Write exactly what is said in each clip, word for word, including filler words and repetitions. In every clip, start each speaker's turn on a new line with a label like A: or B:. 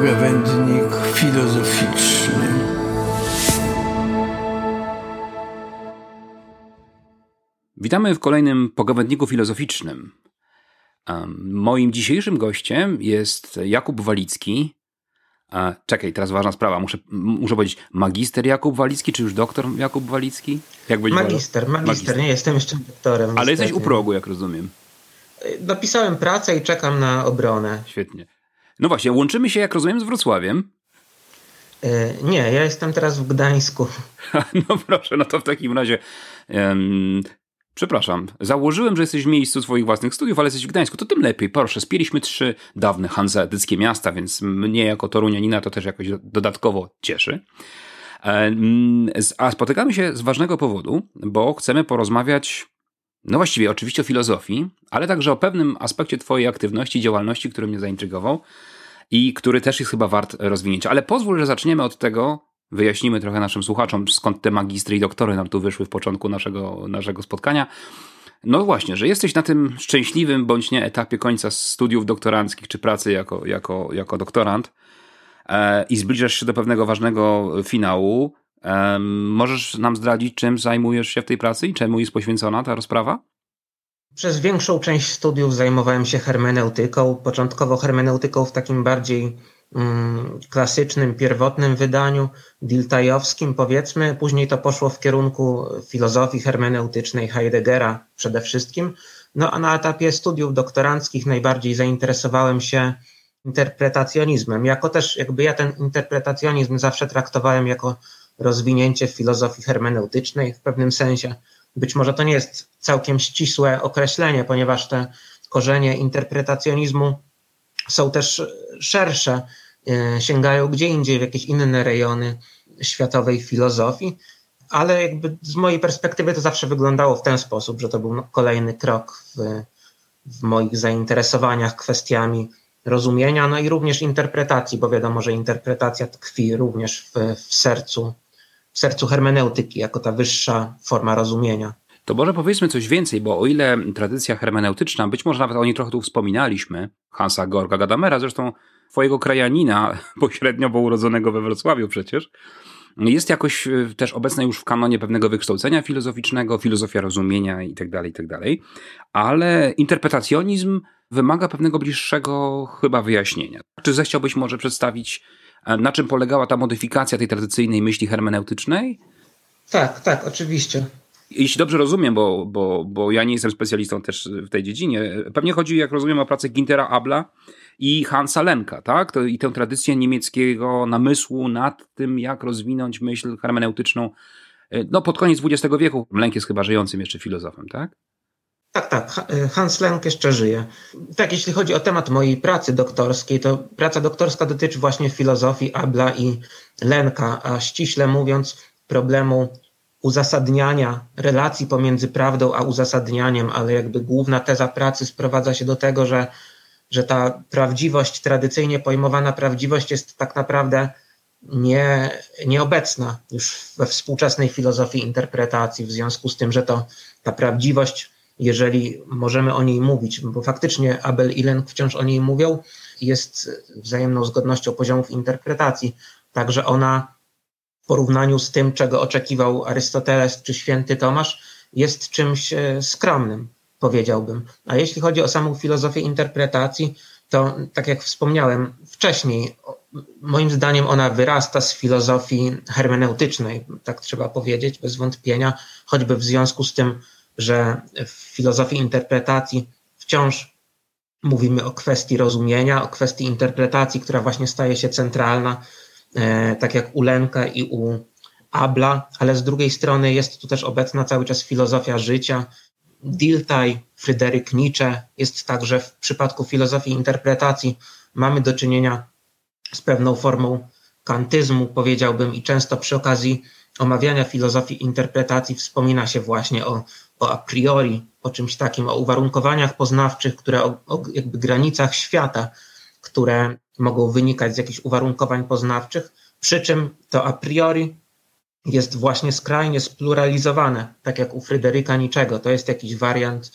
A: Pogawędnik filozoficzny.
B: Witamy w kolejnym pogawędniku filozoficznym. Moim dzisiejszym gościem jest Jakub Walicki. Czekaj, teraz ważna sprawa. Muszę, muszę powiedzieć, magister Jakub Walicki, czy już doktor Jakub Walicki? Jak
C: magister, magister, magister, nie jestem jeszcze doktorem.
B: Ale niestety. Jesteś u progu, jak rozumiem.
C: Napisałem pracę i czekam na obronę.
B: Świetnie. No właśnie, łączymy się, jak rozumiem, z Wrocławiem.
C: Yy, nie, ja jestem teraz w Gdańsku.
B: No proszę, no to w takim razie... Um, przepraszam, założyłem, że jesteś w miejscu swoich własnych studiów, ale jesteś w Gdańsku, to tym lepiej. Proszę, spieliśmy trzy dawne hanzeatyckie miasta, więc mnie jako torunianina to też jakoś dodatkowo cieszy. A spotykamy się z ważnego powodu, bo chcemy porozmawiać, no właściwie oczywiście o filozofii, ale także o pewnym aspekcie twojej aktywności, działalności, który mnie zaintrygował i który też jest chyba wart rozwinięcia. Ale pozwól, że zaczniemy od tego, wyjaśnimy trochę naszym słuchaczom, skąd te magistry i doktory nam tu wyszły w początku naszego, naszego spotkania. No właśnie, że jesteś na tym szczęśliwym bądź nie etapie końca studiów doktoranckich czy pracy jako, jako, jako doktorant e, i zbliżasz się do pewnego ważnego finału. E, możesz nam zdradzić, czym zajmujesz się w tej pracy i czemu jest poświęcona ta rozprawa?
C: Przez większą część studiów zajmowałem się hermeneutyką. Początkowo hermeneutyką w takim bardziej mm, klasycznym, pierwotnym wydaniu, diltajowskim powiedzmy. Później to poszło w kierunku filozofii hermeneutycznej Heideggera przede wszystkim. No a na etapie studiów doktoranckich najbardziej zainteresowałem się interpretacjonizmem. Jako też jakby ja ten interpretacjonizm zawsze traktowałem jako rozwinięcie filozofii hermeneutycznej w pewnym sensie. Być może to nie jest całkiem ścisłe określenie, ponieważ te korzenie interpretacjonizmu są też szersze, sięgają gdzie indziej w jakieś inne rejony światowej filozofii, ale jakby z mojej perspektywy to zawsze wyglądało w ten sposób, że to był kolejny krok w, w moich zainteresowaniach kwestiami rozumienia, no i również interpretacji, bo wiadomo, że interpretacja tkwi również w, w sercu w sercu hermeneutyki, jako ta wyższa forma rozumienia.
B: To może powiedzmy coś więcej, bo o ile tradycja hermeneutyczna, być może nawet o niej trochę tu wspominaliśmy, Hansa Georga Gadamera, zresztą twojego krajanina, pośrednio bo urodzonego we Wrocławiu przecież, jest jakoś też obecna już w kanonie pewnego wykształcenia filozoficznego, filozofia rozumienia itd., itd., ale interpretacjonizm wymaga pewnego bliższego chyba wyjaśnienia. Czy zechciałbyś może przedstawić, na czym polegała ta modyfikacja tej tradycyjnej myśli hermeneutycznej?
C: Tak, tak, oczywiście.
B: Jeśli dobrze rozumiem, bo, bo, bo ja nie jestem specjalistą też w tej dziedzinie, pewnie chodzi, jak rozumiem, o pracę Günthera Abela i Hansa Lenka, tak? To, i tę tradycję niemieckiego namysłu nad tym, jak rozwinąć myśl hermeneutyczną, no pod koniec dwudziestego wieku. Lenk jest chyba żyjącym jeszcze filozofem, tak?
C: Tak, tak. Hans Lenk jeszcze żyje. Tak, jeśli chodzi o temat mojej pracy doktorskiej, to praca doktorska dotyczy właśnie filozofii Abela i Lenka, a ściśle mówiąc problemu uzasadniania relacji pomiędzy prawdą a uzasadnianiem, ale jakby główna teza pracy sprowadza się do tego, że, że ta prawdziwość, tradycyjnie pojmowana prawdziwość jest tak naprawdę nie, nieobecna już we współczesnej filozofii interpretacji, w związku z tym, że to ta prawdziwość, jeżeli możemy o niej mówić, bo faktycznie Abel i Lenk wciąż o niej mówią, jest wzajemną zgodnością poziomów interpretacji, także ona w porównaniu z tym, czego oczekiwał Arystoteles czy święty Tomasz, jest czymś skromnym, powiedziałbym. A jeśli chodzi o samą filozofię interpretacji, to tak jak wspomniałem wcześniej, moim zdaniem ona wyrasta z filozofii hermeneutycznej, tak trzeba powiedzieć, bez wątpienia, choćby w związku z tym, że w filozofii interpretacji wciąż mówimy o kwestii rozumienia, o kwestii interpretacji, która właśnie staje się centralna, e, tak jak u Lenka i u Abela, ale z drugiej strony jest tu też obecna cały czas filozofia życia. Dilthey, Fryderyk Nietzsche, jest tak, że w przypadku filozofii interpretacji mamy do czynienia z pewną formą kantyzmu, powiedziałbym, i często przy okazji omawiania filozofii interpretacji wspomina się właśnie o, o a priori, o czymś takim, o uwarunkowaniach poznawczych, które o, o jakby granicach świata, które mogą wynikać z jakichś uwarunkowań poznawczych, przy czym to a priori jest właśnie skrajnie spluralizowane, tak jak u Fryderyka Nietzschego. To jest jakiś wariant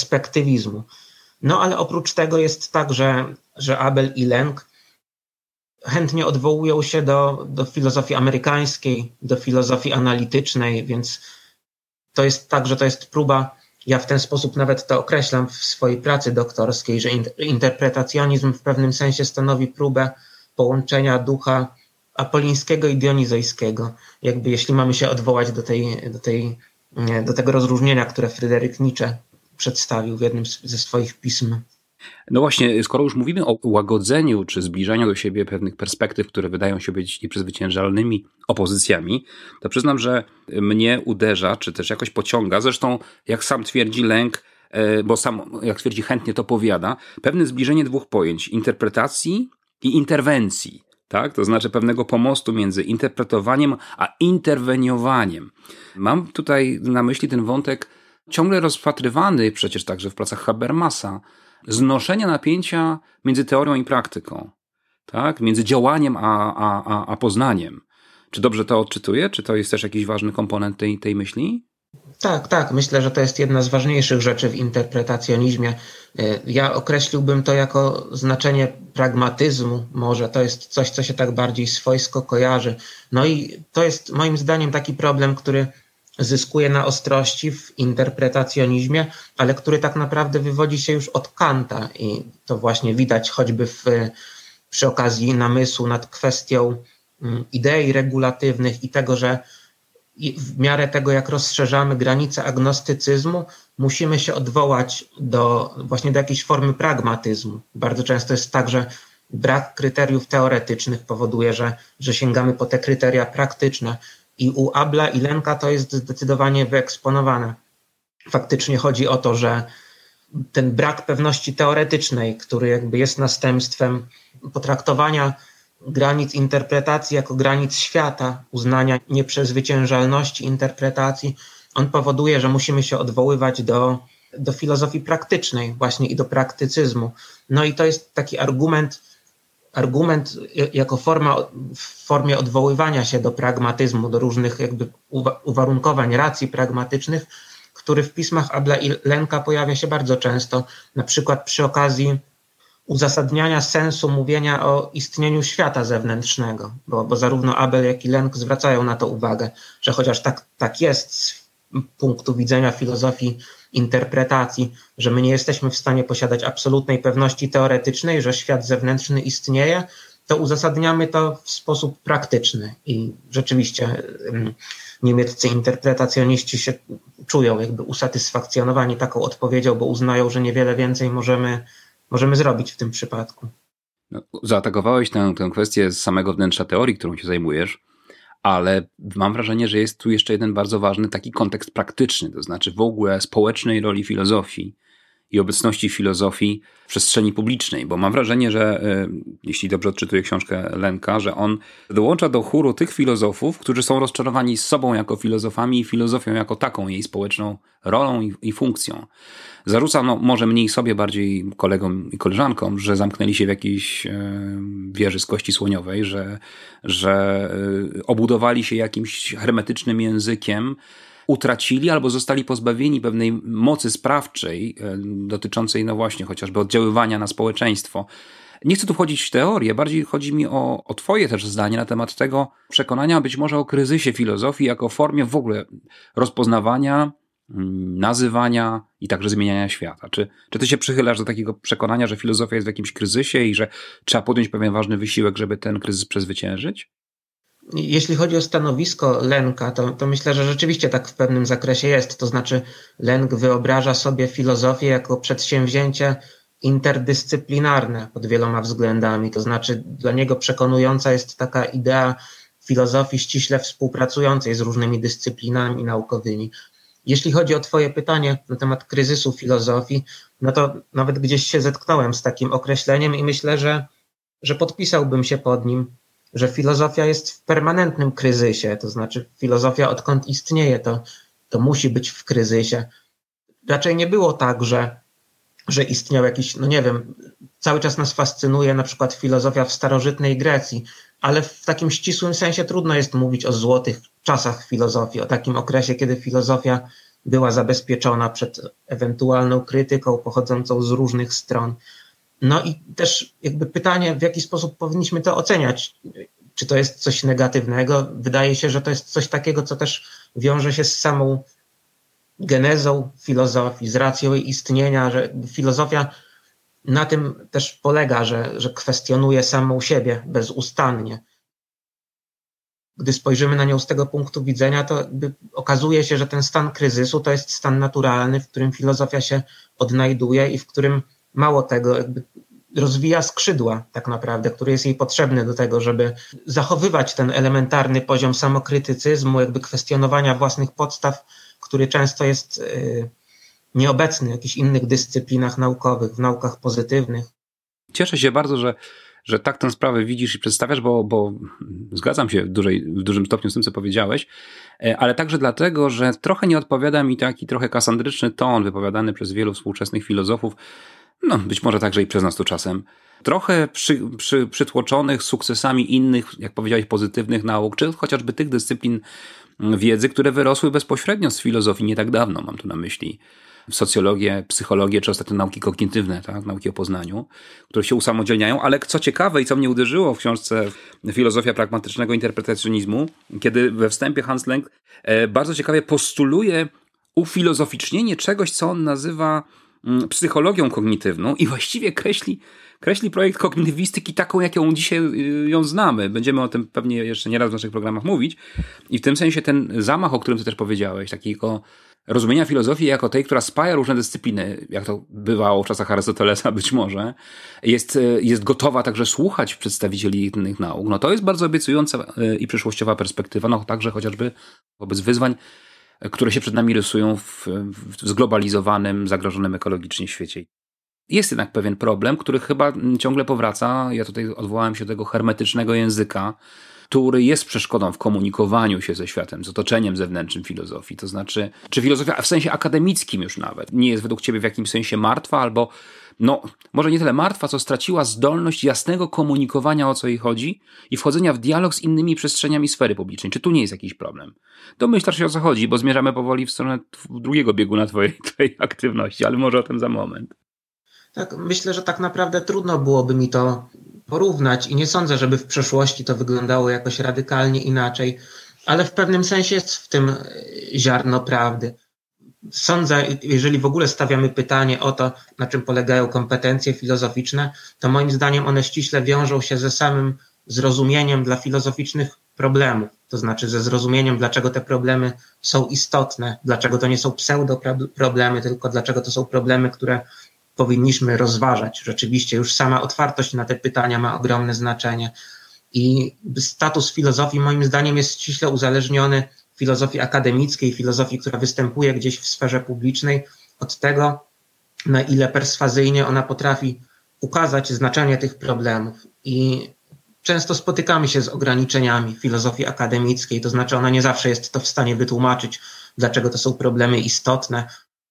C: perspektywizmu. No ale oprócz tego jest tak, że, że Abel i Lenk chętnie odwołują się do, do filozofii amerykańskiej, do filozofii analitycznej, więc to jest tak, że to jest próba, ja w ten sposób nawet to określam w swojej pracy doktorskiej, że interpretacjonizm w pewnym sensie stanowi próbę połączenia ducha apolińskiego i dionizojskiego. Jakby jeśli mamy się odwołać do, tej, do, tej, do tego rozróżnienia, które Fryderyk Nietzsche przedstawił w jednym ze swoich pism.
B: No właśnie, skoro już mówimy o łagodzeniu czy zbliżaniu do siebie pewnych perspektyw, które wydają się być nieprzezwyciężalnymi opozycjami, to przyznam, że mnie uderza, czy też jakoś pociąga, zresztą jak sam twierdzi Lęk, bo sam, jak twierdzi, chętnie to powiada, pewne zbliżenie dwóch pojęć, interpretacji i interwencji. Tak? To znaczy pewnego pomostu między interpretowaniem a interweniowaniem. Mam tutaj na myśli ten wątek ciągle rozpatrywany przecież także w pracach Habermasa, znoszenia napięcia między teorią i praktyką, tak? Między działaniem a, a, a, a poznaniem. Czy dobrze to odczytuję? Czy to jest też jakiś ważny komponent tej, tej myśli?
C: Tak, tak. Myślę, że to jest jedna z ważniejszych rzeczy w interpretacjonizmie. Ja określiłbym to jako znaczenie pragmatyzmu. Może to jest coś, co się tak bardziej swojsko kojarzy. No i to jest moim zdaniem taki problem, który zyskuje na ostrości w interpretacjonizmie, ale który tak naprawdę wywodzi się już od Kanta i to właśnie widać choćby w, przy okazji namysłu nad kwestią idei regulatywnych i tego, że w miarę tego, jak rozszerzamy granice agnostycyzmu, musimy się odwołać do właśnie do jakiejś formy pragmatyzmu. Bardzo często jest tak, że brak kryteriów teoretycznych powoduje, że, że sięgamy po te kryteria praktyczne. I u Abla i Lenka to jest zdecydowanie wyeksponowane. Faktycznie chodzi o to, że ten brak pewności teoretycznej, który jakby jest następstwem potraktowania granic interpretacji jako granic świata, uznania nieprzezwyciężalności interpretacji, on powoduje, że musimy się odwoływać do, do filozofii praktycznej właśnie i do praktycyzmu. No i to jest taki argument, argument jako forma, w formie odwoływania się do pragmatyzmu, do różnych jakby uwarunkowań, racji pragmatycznych, który w pismach Abla i Lenka pojawia się bardzo często, na przykład przy okazji uzasadniania sensu mówienia o istnieniu świata zewnętrznego, bo, bo zarówno Abel, jak i Lenk zwracają na to uwagę, że chociaż tak, tak jest z punktu widzenia filozofii interpretacji, że my nie jesteśmy w stanie posiadać absolutnej pewności teoretycznej, że świat zewnętrzny istnieje, to uzasadniamy to w sposób praktyczny. I rzeczywiście niemieccy interpretacjoniści się czują jakby usatysfakcjonowani taką odpowiedzią, bo uznają, że niewiele więcej możemy, możemy zrobić w tym przypadku.
B: No, zaatakowałeś tę, tę kwestię z samego wnętrza teorii, którą się zajmujesz, ale mam wrażenie, że jest tu jeszcze jeden bardzo ważny taki kontekst praktyczny, to znaczy w ogóle społecznej roli filozofii i obecności filozofii w przestrzeni publicznej, bo mam wrażenie, że jeśli dobrze odczytuję książkę Lenka, że on dołącza do chóru tych filozofów, którzy są rozczarowani z sobą jako filozofami i filozofią jako taką, jej społeczną rolą i, i funkcją. Zarzuca no, może mniej sobie, bardziej kolegom i koleżankom, że zamknęli się w jakiejś e, wieży z kości słoniowej, że, że e, obudowali się jakimś hermetycznym językiem, utracili albo zostali pozbawieni pewnej mocy sprawczej e, dotyczącej no właśnie chociażby oddziaływania na społeczeństwo. Nie chcę tu wchodzić w teorię, bardziej chodzi mi o, o twoje też zdanie na temat tego przekonania być może o kryzysie filozofii jako formie w ogóle rozpoznawania, nazywania i także zmieniania świata. Czy, czy ty się przychylasz do takiego przekonania, że filozofia jest w jakimś kryzysie i że trzeba podjąć pewien ważny wysiłek, żeby ten kryzys przezwyciężyć?
C: Jeśli chodzi o stanowisko Lenka, to, to myślę, że rzeczywiście tak w pewnym zakresie jest. To znaczy Lenk wyobraża sobie filozofię jako przedsięwzięcie interdyscyplinarne pod wieloma względami. To znaczy dla niego przekonująca jest taka idea filozofii ściśle współpracującej z różnymi dyscyplinami naukowymi. Jeśli chodzi o twoje pytanie na temat kryzysu filozofii, no to nawet gdzieś się zetknąłem z takim określeniem i myślę, że, że podpisałbym się pod nim, że filozofia jest w permanentnym kryzysie, to znaczy filozofia odkąd istnieje, to, to musi być w kryzysie. Raczej nie było tak, że, że istniał jakiś, no nie wiem, cały czas nas fascynuje na przykład filozofia w starożytnej Grecji, ale w takim ścisłym sensie trudno jest mówić o złotych czasach filozofii, o takim okresie, kiedy filozofia była zabezpieczona przed ewentualną krytyką pochodzącą z różnych stron. No i też jakby pytanie, w jaki sposób powinniśmy to oceniać. Czy to jest coś negatywnego? Wydaje się, że to jest coś takiego, co też wiąże się z samą genezą filozofii, z racją jej istnienia, że filozofia na tym też polega, że, że kwestionuje samą siebie bezustannie. Gdy spojrzymy na nią z tego punktu widzenia, to jakby okazuje się, że ten stan kryzysu to jest stan naturalny, w którym filozofia się odnajduje i w którym mało tego jakby rozwija skrzydła tak naprawdę, który jest jej potrzebny do tego, żeby zachowywać ten elementarny poziom samokrytycyzmu, jakby kwestionowania własnych podstaw, który często jest yy, nieobecny w jakichś innych dyscyplinach naukowych, w naukach pozytywnych.
B: Cieszę się bardzo, że, że tak tę sprawę widzisz i przedstawiasz, bo, bo zgadzam się w, dużej, w dużym stopniu z tym, co powiedziałeś, ale także dlatego, że trochę nie odpowiada mi taki trochę kasandryczny ton wypowiadany przez wielu współczesnych filozofów, no być może także i przez nas tu czasem, trochę przy, przy, przytłoczonych sukcesami innych, jak powiedziałeś, pozytywnych nauk, czy chociażby tych dyscyplin wiedzy, które wyrosły bezpośrednio z filozofii nie tak dawno, mam tu na myśli socjologię, psychologię, czy ostatnio nauki kognitywne, tak, nauki o poznaniu, które się usamodzielniają, ale co ciekawe i co mnie uderzyło w książce Filozofia pragmatycznego interpretacjonizmu, kiedy we wstępie Hans Lenk bardzo ciekawie postuluje ufilozoficznienie czegoś, co on nazywa psychologią kognitywną i właściwie kreśli, kreśli projekt kognitywistyki taką, jaką dzisiaj ją znamy. Będziemy o tym pewnie jeszcze nieraz w naszych programach mówić i w tym sensie ten zamach, o którym ty też powiedziałeś, takiego rozumienia filozofii jako tej, która spaja różne dyscypliny, jak to bywało w czasach Arystotelesa być może, jest, jest gotowa także słuchać przedstawicieli innych nauk. No to jest bardzo obiecująca i przyszłościowa perspektywa, no także chociażby wobec wyzwań, które się przed nami rysują w, w zglobalizowanym, zagrożonym ekologicznie świecie. Jest jednak pewien problem, który chyba ciągle powraca. Ja tutaj odwołałem się do tego hermetycznego języka, który jest przeszkodą w komunikowaniu się ze światem, z otoczeniem zewnętrznym filozofii. To znaczy, czy filozofia w sensie akademickim już nawet nie jest według ciebie w jakimś sensie martwa, albo no, może nie tyle martwa, co straciła zdolność jasnego komunikowania, o co jej chodzi i wchodzenia w dialog z innymi przestrzeniami sfery publicznej. Czy tu nie jest jakiś problem? Domyślasz się, o co chodzi, bo zmierzamy powoli w stronę drugiego bieguna twojej, twojej aktywności, ale może o tym za moment.
C: Tak, myślę, że tak naprawdę trudno byłoby mi to porównać i nie sądzę, żeby w przeszłości to wyglądało jakoś radykalnie inaczej, ale w pewnym sensie jest w tym ziarno prawdy. Sądzę, jeżeli w ogóle stawiamy pytanie o to, na czym polegają kompetencje filozoficzne, to moim zdaniem one ściśle wiążą się ze samym zrozumieniem dla filozoficznych problemów, to znaczy ze zrozumieniem, dlaczego te problemy są istotne, dlaczego to nie są pseudoproblemy, tylko dlaczego to są problemy, które powinniśmy rozważać. Rzeczywiście już sama otwartość na te pytania ma ogromne znaczenie i status filozofii moim zdaniem jest ściśle uzależniony filozofii akademickiej, filozofii, która występuje gdzieś w sferze publicznej, od tego, na ile perswazyjnie ona potrafi ukazać znaczenie tych problemów. I często spotykamy się z ograniczeniami filozofii akademickiej, to znaczy ona nie zawsze jest to w stanie wytłumaczyć, dlaczego to są problemy istotne.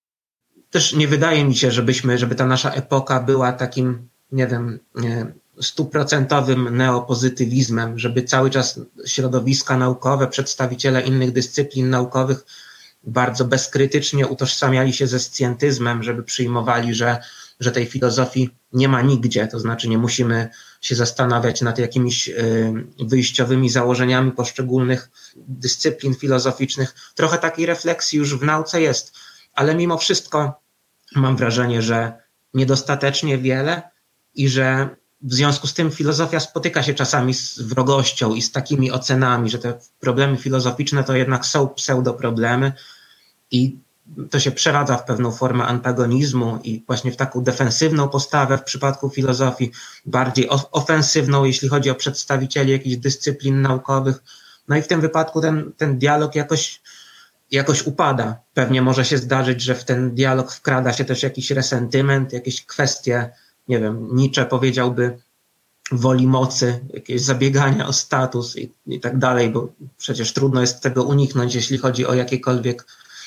C: Też nie wydaje mi się, żebyśmy, żeby ta nasza epoka była takim, nie wiem, stuprocentowym neopozytywizmem, żeby cały czas środowiska naukowe, przedstawiciele innych dyscyplin naukowych bardzo bezkrytycznie utożsamiali się ze scjentyzmem, żeby przyjmowali, że, że tej filozofii nie ma nigdzie, to znaczy nie musimy się zastanawiać nad jakimiś wyjściowymi założeniami poszczególnych dyscyplin filozoficznych. Trochę takiej refleksji już w nauce jest, ale mimo wszystko mam wrażenie, że niedostatecznie wiele i że w związku z tym filozofia spotyka się czasami z wrogością i z takimi ocenami, że te problemy filozoficzne to jednak są pseudoproblemy i to się przeradza w pewną formę antagonizmu i właśnie w taką defensywną postawę w przypadku filozofii, bardziej ofensywną, jeśli chodzi o przedstawicieli jakichś dyscyplin naukowych. No i w tym wypadku ten, ten dialog jakoś jakoś upada. Pewnie może się zdarzyć, że w ten dialog wkrada się też jakiś resentyment, jakieś kwestie, nie wiem, Nietzsche powiedziałby woli mocy, jakieś zabiegania o status i, i tak dalej, bo przecież trudno jest tego uniknąć, jeśli chodzi o jakiekolwiek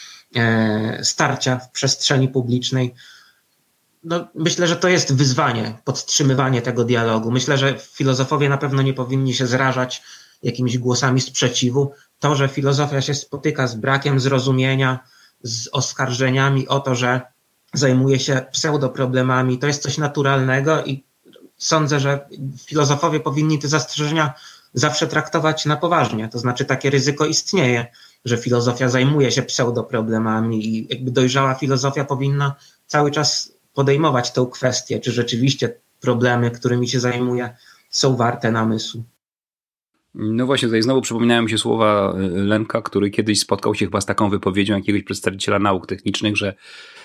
C: e, starcia w przestrzeni publicznej. No, myślę, że to jest wyzwanie, podtrzymywanie tego dialogu. Myślę, że filozofowie na pewno nie powinni się zrażać jakimiś głosami sprzeciwu. To, że filozofia się spotyka z brakiem zrozumienia, z oskarżeniami o to, że zajmuje się pseudoproblemami. To jest coś naturalnego i sądzę, że filozofowie powinni te zastrzeżenia zawsze traktować na poważnie. To znaczy takie ryzyko istnieje, że filozofia zajmuje się pseudoproblemami i jakby dojrzała filozofia powinna cały czas podejmować tę kwestię, czy rzeczywiście problemy, którymi się zajmuje, są warte namysłu.
B: No właśnie, tutaj znowu przypominają mi się słowa Lenka, który kiedyś spotkał się chyba z taką wypowiedzią jakiegoś przedstawiciela nauk technicznych, że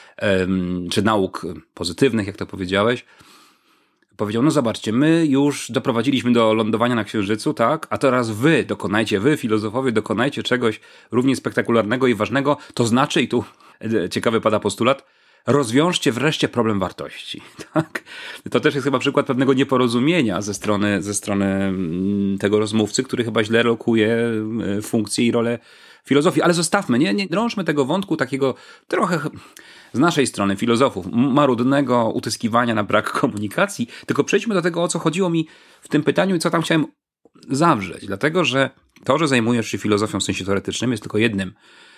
B: czy nauk pozytywnych, jak to powiedziałeś, powiedział, no zobaczcie, my już doprowadziliśmy do lądowania na Księżycu, tak, a teraz wy dokonajcie, wy filozofowie dokonajcie czegoś równie spektakularnego i ważnego, to znaczy, i tu ciekawy pada postulat, rozwiążcie wreszcie problem wartości. Tak? To też jest chyba przykład pewnego nieporozumienia ze strony, ze strony tego rozmówcy, który chyba źle lokuje funkcję i rolę filozofii. Ale zostawmy, nie, nie drążmy tego wątku takiego trochę z naszej strony filozofów, marudnego utyskiwania na brak komunikacji, tylko przejdźmy do tego, o co chodziło mi w tym pytaniu i co tam chciałem zawrzeć. Dlatego, że to, że zajmujesz się filozofią w sensie teoretycznym, jest tylko jednym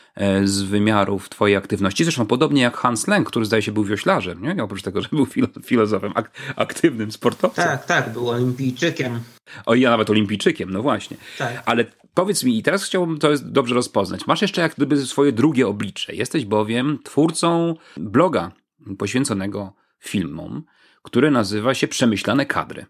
B: z wymiarów twojej aktywności. Zresztą podobnie jak Hans Lenk, który zdaje się był wioślarzem, nie? Oprócz tego, że był filozofem, ak- aktywnym sportowcem.
C: Tak, tak, był olimpijczykiem.
B: O, ja nawet olimpijczykiem, no właśnie.
C: Tak.
B: Ale powiedz mi, i teraz chciałbym to jest dobrze rozpoznać. Masz jeszcze jak gdyby swoje drugie oblicze. Jesteś bowiem twórcą bloga poświęconego filmom, który nazywa się Przemyślane kadry.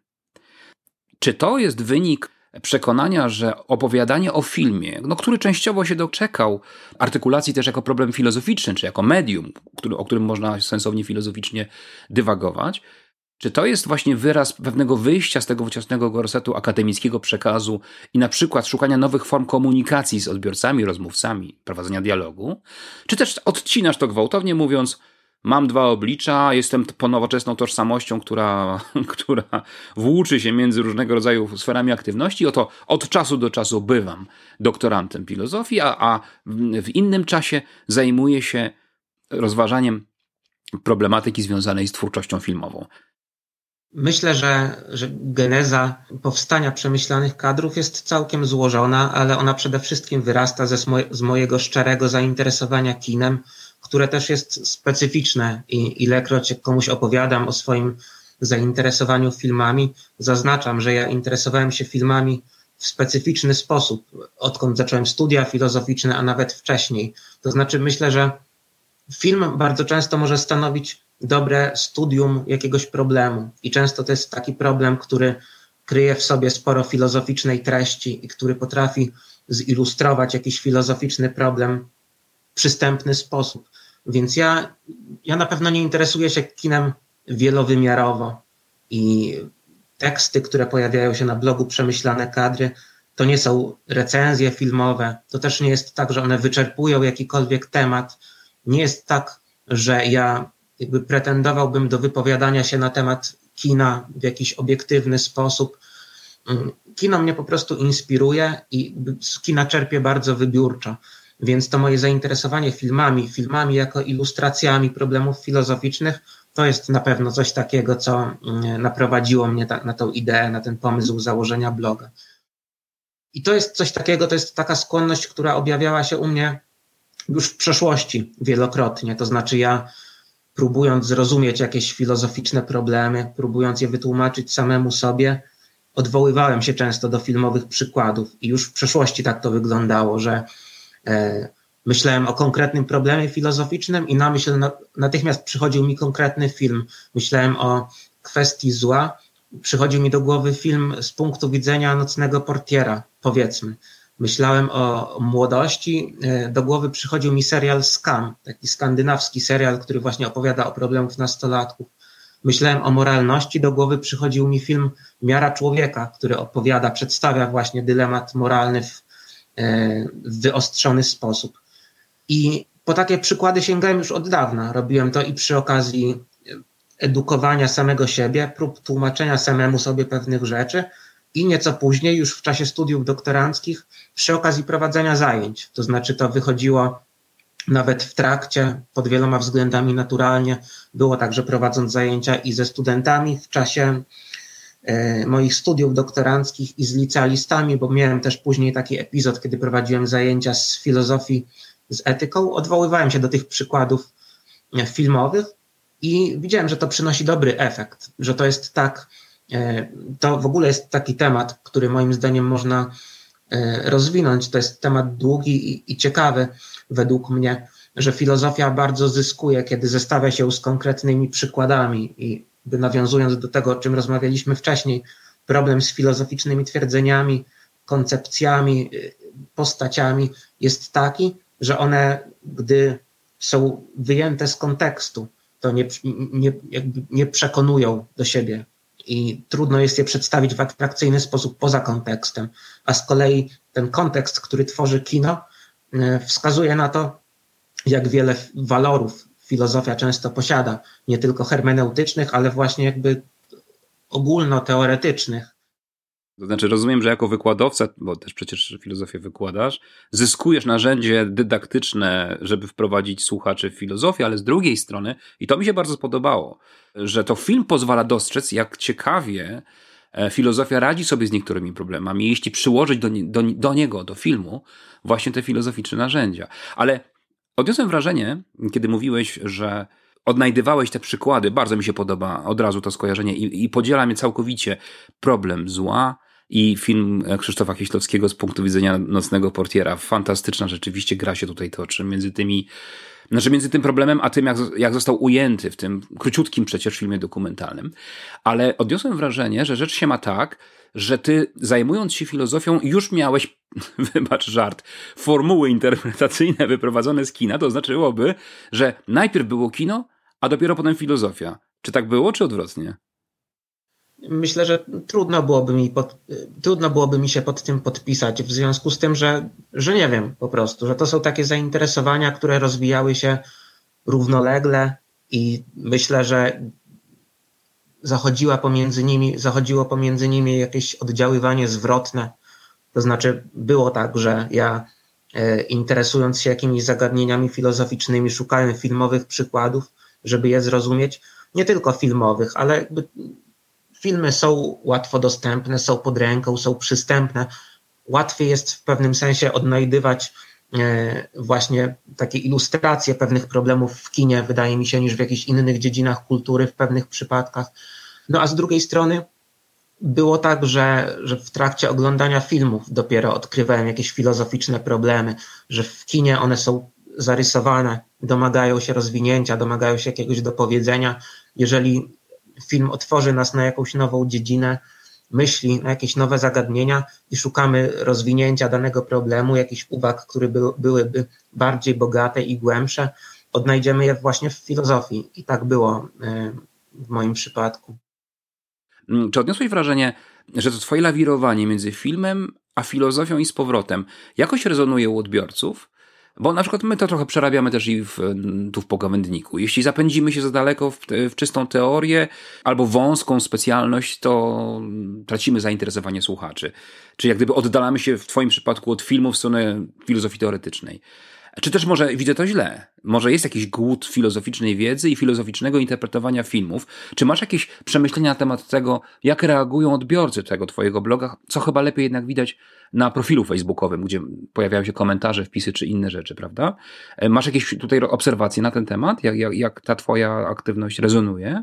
B: Czy to jest wynik przekonania, że opowiadanie o filmie, no, który częściowo się doczekał artykulacji też jako problem filozoficzny, czy jako medium, który, o którym można sensownie filozoficznie dywagować, czy to jest właśnie wyraz pewnego wyjścia z tego ciasnego gorsetu akademickiego przekazu i na przykład szukania nowych form komunikacji z odbiorcami, rozmówcami, prowadzenia dialogu, czy też odcinasz to gwałtownie mówiąc, mam dwa oblicza, jestem po nowoczesną tożsamością, która, która włóczy się między różnego rodzaju sferami aktywności. Oto od czasu do czasu bywam doktorantem filozofii, a, a w innym czasie zajmuję się rozważaniem problematyki związanej z twórczością filmową.
C: Myślę, że, że geneza powstania Przemyślanych kadrów jest całkiem złożona, ale ona przede wszystkim wyrasta ze smo- z mojego szczerego zainteresowania kinem, które też jest specyficzne i ilekroć komuś opowiadam o swoim zainteresowaniu filmami, zaznaczam, że ja interesowałem się filmami w specyficzny sposób, odkąd zacząłem studia filozoficzne, a nawet wcześniej. To znaczy myślę, że film bardzo często może stanowić dobre studium jakiegoś problemu i często to jest taki problem, który kryje w sobie sporo filozoficznej treści i który potrafi zilustrować jakiś filozoficzny problem w przystępny sposób. Więc ja, ja na pewno nie interesuję się kinem wielowymiarowo i teksty, które pojawiają się na blogu Przemyślane kadry, to nie są recenzje filmowe, to też nie jest tak, że one wyczerpują jakikolwiek temat. Nie jest tak, że ja jakby pretendowałbym do wypowiadania się na temat kina w jakiś obiektywny sposób. Kino mnie po prostu inspiruje i z kina czerpię bardzo wybiórczo. Więc to moje zainteresowanie filmami, filmami jako ilustracjami problemów filozoficznych, to jest na pewno coś takiego, co naprowadziło mnie ta, na tą ideę, na ten pomysł założenia bloga. I to jest coś takiego, to jest taka skłonność, która objawiała się u mnie już w przeszłości wielokrotnie. To znaczy ja próbując zrozumieć jakieś filozoficzne problemy, próbując je wytłumaczyć samemu sobie, odwoływałem się często do filmowych przykładów i już w przeszłości tak to wyglądało, że e, myślałem o konkretnym problemie filozoficznym i na myśl na, natychmiast przychodził mi konkretny film. Myślałem o kwestii zła, przychodził mi do głowy film z punktu widzenia Nocnego portiera, powiedzmy. Myślałem o młodości, do głowy przychodził mi serial Scam, taki skandynawski serial, który właśnie opowiada o problemach nastolatków. Myślałem o moralności, do głowy przychodził mi film Miara człowieka, który opowiada, przedstawia właśnie dylemat moralny w, w wyostrzony sposób. I po takie przykłady sięgałem już od dawna. Robiłem to i przy okazji edukowania samego siebie, prób tłumaczenia samemu sobie pewnych rzeczy, i nieco później, już w czasie studiów doktoranckich, przy okazji prowadzenia zajęć. To znaczy to wychodziło nawet w trakcie, pod wieloma względami naturalnie. Było tak, że prowadząc zajęcia i ze studentami w czasie e, moich studiów doktoranckich i z licealistami, bo miałem też później taki epizod, kiedy prowadziłem zajęcia z filozofii z etyką, odwoływałem się do tych przykładów filmowych I widziałem, że to przynosi dobry efekt, że to jest tak, to w ogóle jest taki temat, który moim zdaniem można rozwinąć. To jest temat długi i, i ciekawy według mnie, że filozofia bardzo zyskuje, kiedy zestawia się z konkretnymi przykładami i nawiązując do tego, o czym rozmawialiśmy wcześniej, problem z filozoficznymi twierdzeniami, koncepcjami, postaciami jest taki, że one, gdy są wyjęte z kontekstu, to nie, nie, jakby nie przekonują do siebie i trudno jest je przedstawić w atrakcyjny sposób poza kontekstem, a z kolei ten kontekst, który tworzy kino, wskazuje na to, jak wiele walorów filozofia często posiada, nie tylko hermeneutycznych, ale właśnie jakby ogólnoteoretycznych.
B: To znaczy rozumiem, że jako wykładowca, bo też przecież filozofię wykładasz, zyskujesz narzędzie dydaktyczne, żeby wprowadzić słuchaczy w filozofię, ale z drugiej strony, i to mi się bardzo spodobało, że to film pozwala dostrzec, jak ciekawie filozofia radzi sobie z niektórymi problemami, jeśli przyłożyć do, do, do niego, do filmu, właśnie te filozoficzne narzędzia. Ale odniosłem wrażenie, kiedy mówiłeś, że odnajdywałeś te przykłady, bardzo mi się podoba od razu to skojarzenie i, i podziela mnie całkowicie problem zła i film Krzysztofa Kieślowskiego z punktu widzenia Nocnego portiera. Fantastyczna rzeczywiście gra się tutaj toczy między tymi, znaczy między tym problemem, a tym, jak, jak został ujęty w tym króciutkim przecież filmie dokumentalnym. Ale odniosłem wrażenie, że rzecz się ma tak, że ty zajmując się filozofią już miałeś, wybacz żart, formuły interpretacyjne wyprowadzone z kina, to znaczyłoby, że najpierw było kino, a dopiero potem filozofia. Czy tak było, czy odwrotnie?
C: Myślę, że trudno byłoby mi, pod, trudno byłoby mi się pod tym podpisać, w związku z tym, że, że nie wiem po prostu, że to są takie zainteresowania, które rozwijały się równolegle i myślę, że zachodziła pomiędzy nimi, zachodziło pomiędzy nimi jakieś oddziaływanie zwrotne. To znaczy było tak, że ja e, interesując się jakimiś zagadnieniami filozoficznymi szukałem filmowych przykładów, żeby je zrozumieć. Nie tylko filmowych, ale jakby filmy są łatwo dostępne, są pod ręką, są przystępne. Łatwiej jest w pewnym sensie odnajdywać e, właśnie takie ilustracje pewnych problemów w kinie, wydaje mi się, niż w jakichś innych dziedzinach kultury w pewnych przypadkach. No a z drugiej strony było tak, że, że w trakcie oglądania filmów dopiero odkrywałem jakieś filozoficzne problemy, że w kinie one są zarysowane, domagają się rozwinięcia, domagają się jakiegoś dopowiedzenia. Jeżeli film otworzy nas na jakąś nową dziedzinę myśli, na jakieś nowe zagadnienia i szukamy rozwinięcia danego problemu, jakichś uwag, które by, byłyby bardziej bogate i głębsze, odnajdziemy je właśnie w filozofii. I tak było w moim przypadku.
B: Czy odniosłeś wrażenie, że to twoje lawirowanie między filmem a filozofią i z powrotem jakoś rezonuje u odbiorców? Bo na przykład my to trochę przerabiamy też i w, tu w pogawędniku. Jeśli zapędzimy się za daleko w, w czystą teorię albo wąską specjalność, to tracimy zainteresowanie słuchaczy. Czy jak gdyby oddalamy się w twoim przypadku od filmu w stronę filozofii teoretycznej. Czy też może widzę to źle? Może jest jakiś głód filozoficznej wiedzy i filozoficznego interpretowania filmów? Czy masz jakieś przemyślenia na temat tego, jak reagują odbiorcy tego twojego bloga? Co chyba lepiej jednak widać na profilu facebookowym, gdzie pojawiają się komentarze, wpisy czy inne rzeczy, prawda? Masz jakieś tutaj obserwacje na ten temat? Jak, jak, jak ta twoja aktywność rezonuje?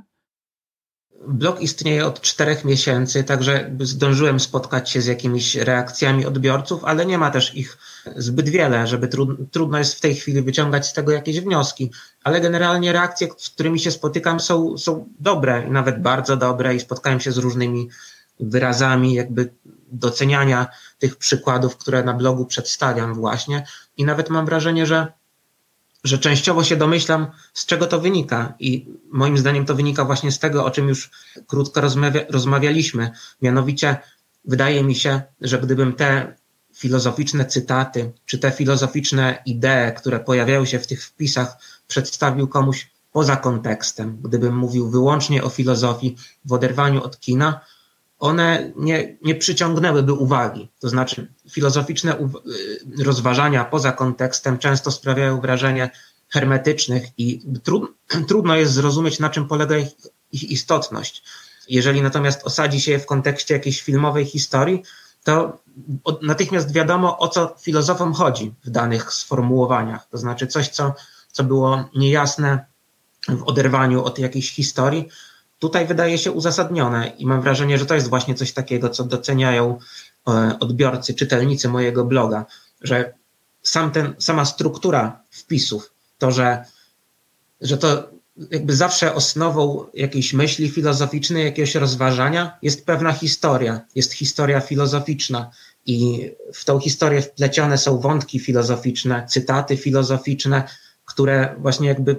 C: Blog istnieje od czterech miesięcy, także zdążyłem spotkać się z jakimiś reakcjami odbiorców, ale nie ma też ich zbyt wiele, żeby trud, trudno jest w tej chwili wyciągać z tego jakieś wnioski. Ale generalnie reakcje, z którymi się spotykam, są, są dobre, nawet bardzo dobre i spotkałem się z różnymi wyrazami jakby doceniania tych przykładów, które na blogu przedstawiam właśnie i nawet mam wrażenie, że że częściowo się domyślam, z czego to wynika i moim zdaniem to wynika właśnie z tego, o czym już krótko rozmawia, rozmawialiśmy. Mianowicie wydaje mi się, że gdybym te filozoficzne cytaty, czy te filozoficzne idee, które pojawiają się w tych wpisach, przedstawił komuś poza kontekstem, gdybym mówił wyłącznie o filozofii w oderwaniu od kina, one nie, nie przyciągnęłyby uwagi. To znaczy filozoficzne rozważania poza kontekstem często sprawiają wrażenie hermetycznych i tru, trudno jest zrozumieć, na czym polega ich, ich istotność. Jeżeli natomiast osadzi się je w kontekście jakiejś filmowej historii, to natychmiast wiadomo, o co filozofom chodzi w danych sformułowaniach. To znaczy coś, co, co było niejasne w oderwaniu od jakiejś historii, tutaj wydaje się uzasadnione i mam wrażenie, że to jest właśnie coś takiego, co doceniają odbiorcy, czytelnicy mojego bloga, że sam ten, sama struktura wpisów, to, że, że to jakby zawsze osnową jakiejś myśli filozoficznej, jakiegoś rozważania jest pewna historia, jest historia filozoficzna i w tą historię wplecione są wątki filozoficzne, cytaty filozoficzne, które właśnie jakby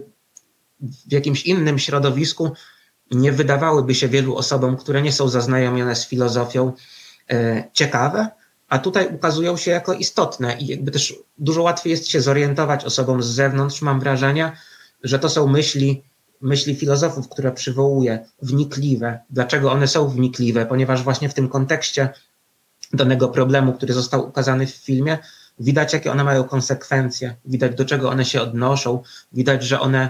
C: w jakimś innym środowisku nie wydawałyby się wielu osobom, które nie są zaznajomione z filozofią, e, ciekawe, a tutaj ukazują się jako istotne i jakby też dużo łatwiej jest się zorientować osobom z zewnątrz, mam wrażenie, że to są myśli, myśli filozofów, które przywołuję, wnikliwe. Dlaczego one są wnikliwe? Ponieważ właśnie w tym kontekście danego problemu, który został ukazany w filmie, widać, jakie one mają konsekwencje, widać, do czego one się odnoszą, widać, że one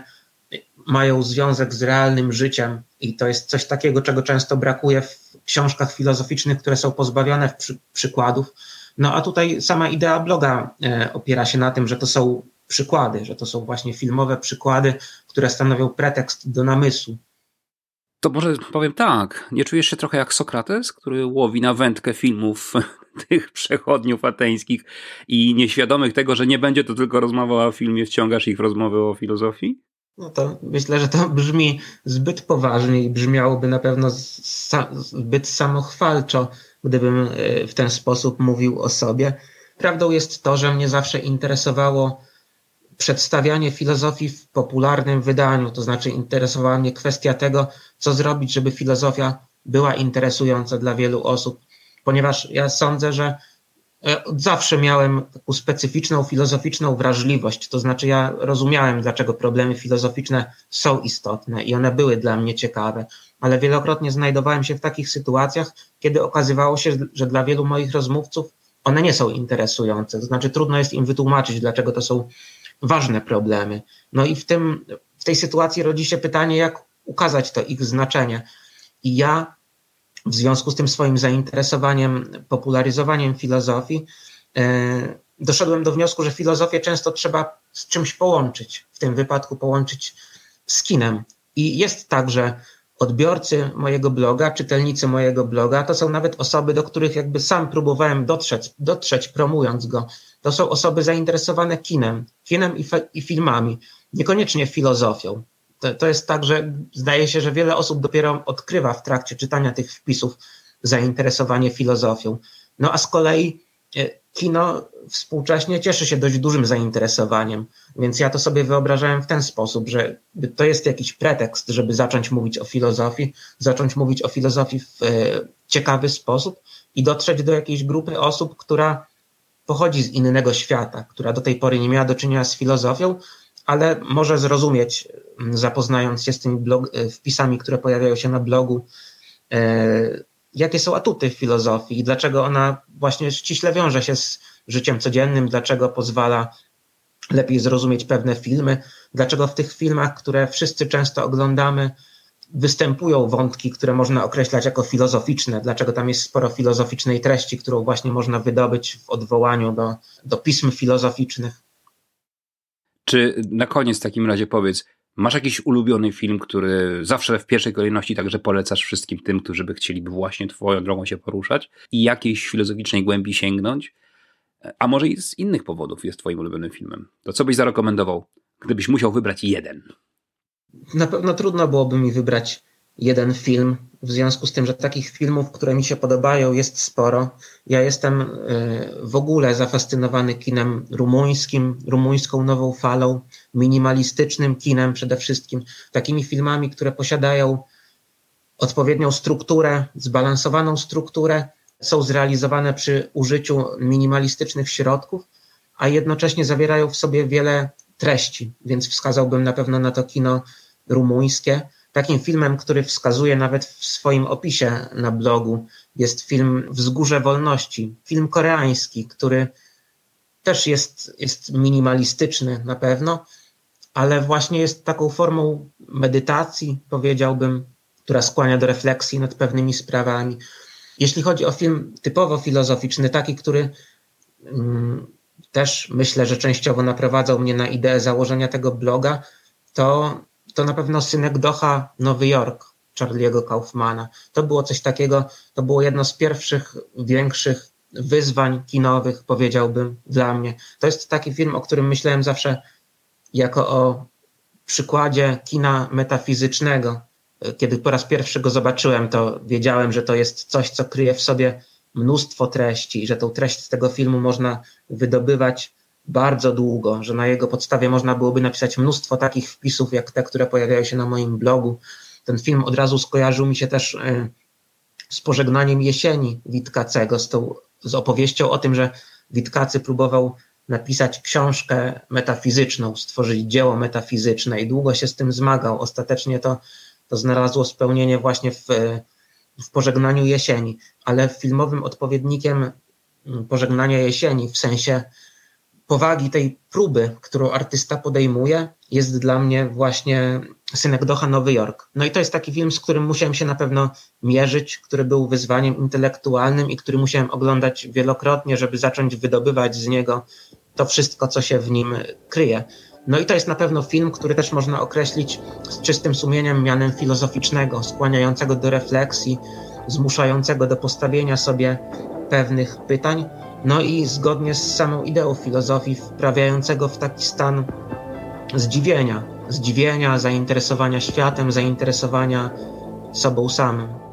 C: mają związek z realnym życiem i to jest coś takiego, czego często brakuje w książkach filozoficznych, które są pozbawione przy, przykładów. No a tutaj sama idea bloga e, opiera się na tym, że to są przykłady, że to są właśnie filmowe przykłady, które stanowią pretekst do namysłu.
B: To może powiem tak, nie czujesz się trochę jak Sokrates, który łowi na wędkę filmów tych przechodniów ateńskich i nieświadomych tego, że nie będzie to tylko rozmowa o filmie, wciągasz ich w rozmowę o filozofii?
C: No to myślę, że to brzmi zbyt poważnie i brzmiałoby na pewno sa- zbyt samochwalczo, gdybym w ten sposób mówił o sobie. Prawdą jest to, że mnie zawsze interesowało przedstawianie filozofii w popularnym wydaniu, to znaczy interesowała mnie kwestia tego, co zrobić, żeby filozofia była interesująca dla wielu osób, ponieważ ja sądzę, że od zawsze miałem taką specyficzną filozoficzną wrażliwość, to znaczy ja rozumiałem, dlaczego problemy filozoficzne są istotne i one były dla mnie ciekawe, ale wielokrotnie znajdowałem się w takich sytuacjach, kiedy okazywało się, że dla wielu moich rozmówców one nie są interesujące, to znaczy trudno jest im wytłumaczyć, dlaczego to są ważne problemy. No i w tym, w tej sytuacji rodzi się pytanie, jak ukazać to ich znaczenie. I ja w związku z tym swoim zainteresowaniem, popularyzowaniem filozofii, yy, doszedłem do wniosku, że filozofię często trzeba z czymś połączyć, w tym wypadku połączyć z kinem. I jest tak, że odbiorcy mojego bloga, czytelnicy mojego bloga, to są nawet osoby, do których jakby sam próbowałem dotrzeć, dotrzeć promując go. To są osoby zainteresowane kinem, kinem i, fe, i filmami, niekoniecznie filozofią. To, to jest tak, że zdaje się, że wiele osób dopiero odkrywa w trakcie czytania tych wpisów zainteresowanie filozofią. No a z kolei kino współcześnie cieszy się dość dużym zainteresowaniem, więc ja to sobie wyobrażałem w ten sposób, że to jest jakiś pretekst, żeby zacząć mówić o filozofii, zacząć mówić o filozofii w ciekawy sposób i dotrzeć do jakiejś grupy osób, która pochodzi z innego świata, która do tej pory nie miała do czynienia z filozofią, ale może zrozumieć, zapoznając się z tymi blog, wpisami, które pojawiają się na blogu, e, jakie są atuty filozofii i dlaczego ona właśnie ściśle wiąże się z życiem codziennym, dlaczego pozwala lepiej zrozumieć pewne filmy, dlaczego w tych filmach, które wszyscy często oglądamy, występują wątki, które można określać jako filozoficzne, dlaczego tam jest sporo filozoficznej treści, którą właśnie można wydobyć w odwołaniu do, do pism filozoficznych.
B: Czy na koniec w takim razie powiedz, masz jakiś ulubiony film, który zawsze w pierwszej kolejności także polecasz wszystkim tym, którzy by chcieliby właśnie twoją drogą się poruszać i jakiejś filozoficznej głębi sięgnąć? A może i z innych powodów jest twoim ulubionym filmem? To co byś zarekomendował, gdybyś musiał wybrać jeden?
C: Na pewno trudno byłoby mi wybrać jeden film, w związku z tym, że takich filmów, które mi się podobają, jest sporo. Ja jestem w ogóle zafascynowany kinem rumuńskim, rumuńską nową falą, minimalistycznym kinem przede wszystkim, takimi filmami, które posiadają odpowiednią strukturę, zbalansowaną strukturę, są zrealizowane przy użyciu minimalistycznych środków, a jednocześnie zawierają w sobie wiele treści, więc wskazałbym na pewno na to kino rumuńskie. Takim filmem, który wskazuje nawet w swoim opisie na blogu, jest film Wzgórze Wolności, film koreański, który też jest, jest minimalistyczny na pewno, ale właśnie jest taką formą medytacji, powiedziałbym, która skłania do refleksji nad pewnymi sprawami. Jeśli chodzi o film typowo filozoficzny, taki, który mm, też myślę, że częściowo naprowadzał mnie na ideę założenia tego bloga, to to na pewno Synekdocha Nowy Jork Charlie'ego Kaufmana. To było coś takiego, to było jedno z pierwszych większych wyzwań kinowych, powiedziałbym, dla mnie. To jest taki film, o którym myślałem zawsze jako o przykładzie kina metafizycznego. Kiedy po raz pierwszy go zobaczyłem, to wiedziałem, że to jest coś, co kryje w sobie mnóstwo treści i że tą treść z tego filmu można wydobywać bardzo długo, że na jego podstawie można byłoby napisać mnóstwo takich wpisów, jak te, które pojawiają się na moim blogu. Ten film od razu skojarzył mi się też z Pożegnaniem jesieni Witkacego, z tą z opowieścią o tym, że Witkacy próbował napisać książkę metafizyczną, stworzyć dzieło metafizyczne i długo się z tym zmagał. Ostatecznie to, to znalazło spełnienie właśnie w, w Pożegnaniu jesieni, ale filmowym odpowiednikiem Pożegnania jesieni, w sensie powagi tej próby, którą artysta podejmuje, jest dla mnie właśnie Synekdocha Nowy Jork. No i to jest taki film, z którym musiałem się na pewno mierzyć, który był wyzwaniem intelektualnym i który musiałem oglądać wielokrotnie, żeby zacząć wydobywać z niego to wszystko, co się w nim kryje. No i to jest na pewno film, który też można określić z czystym sumieniem mianem filozoficznego, skłaniającego do refleksji, zmuszającego do postawienia sobie pewnych pytań, no i zgodnie z samą ideą filozofii wprawiającego w taki stan zdziwienia, zdziwienia, zainteresowania światem, zainteresowania sobą samym.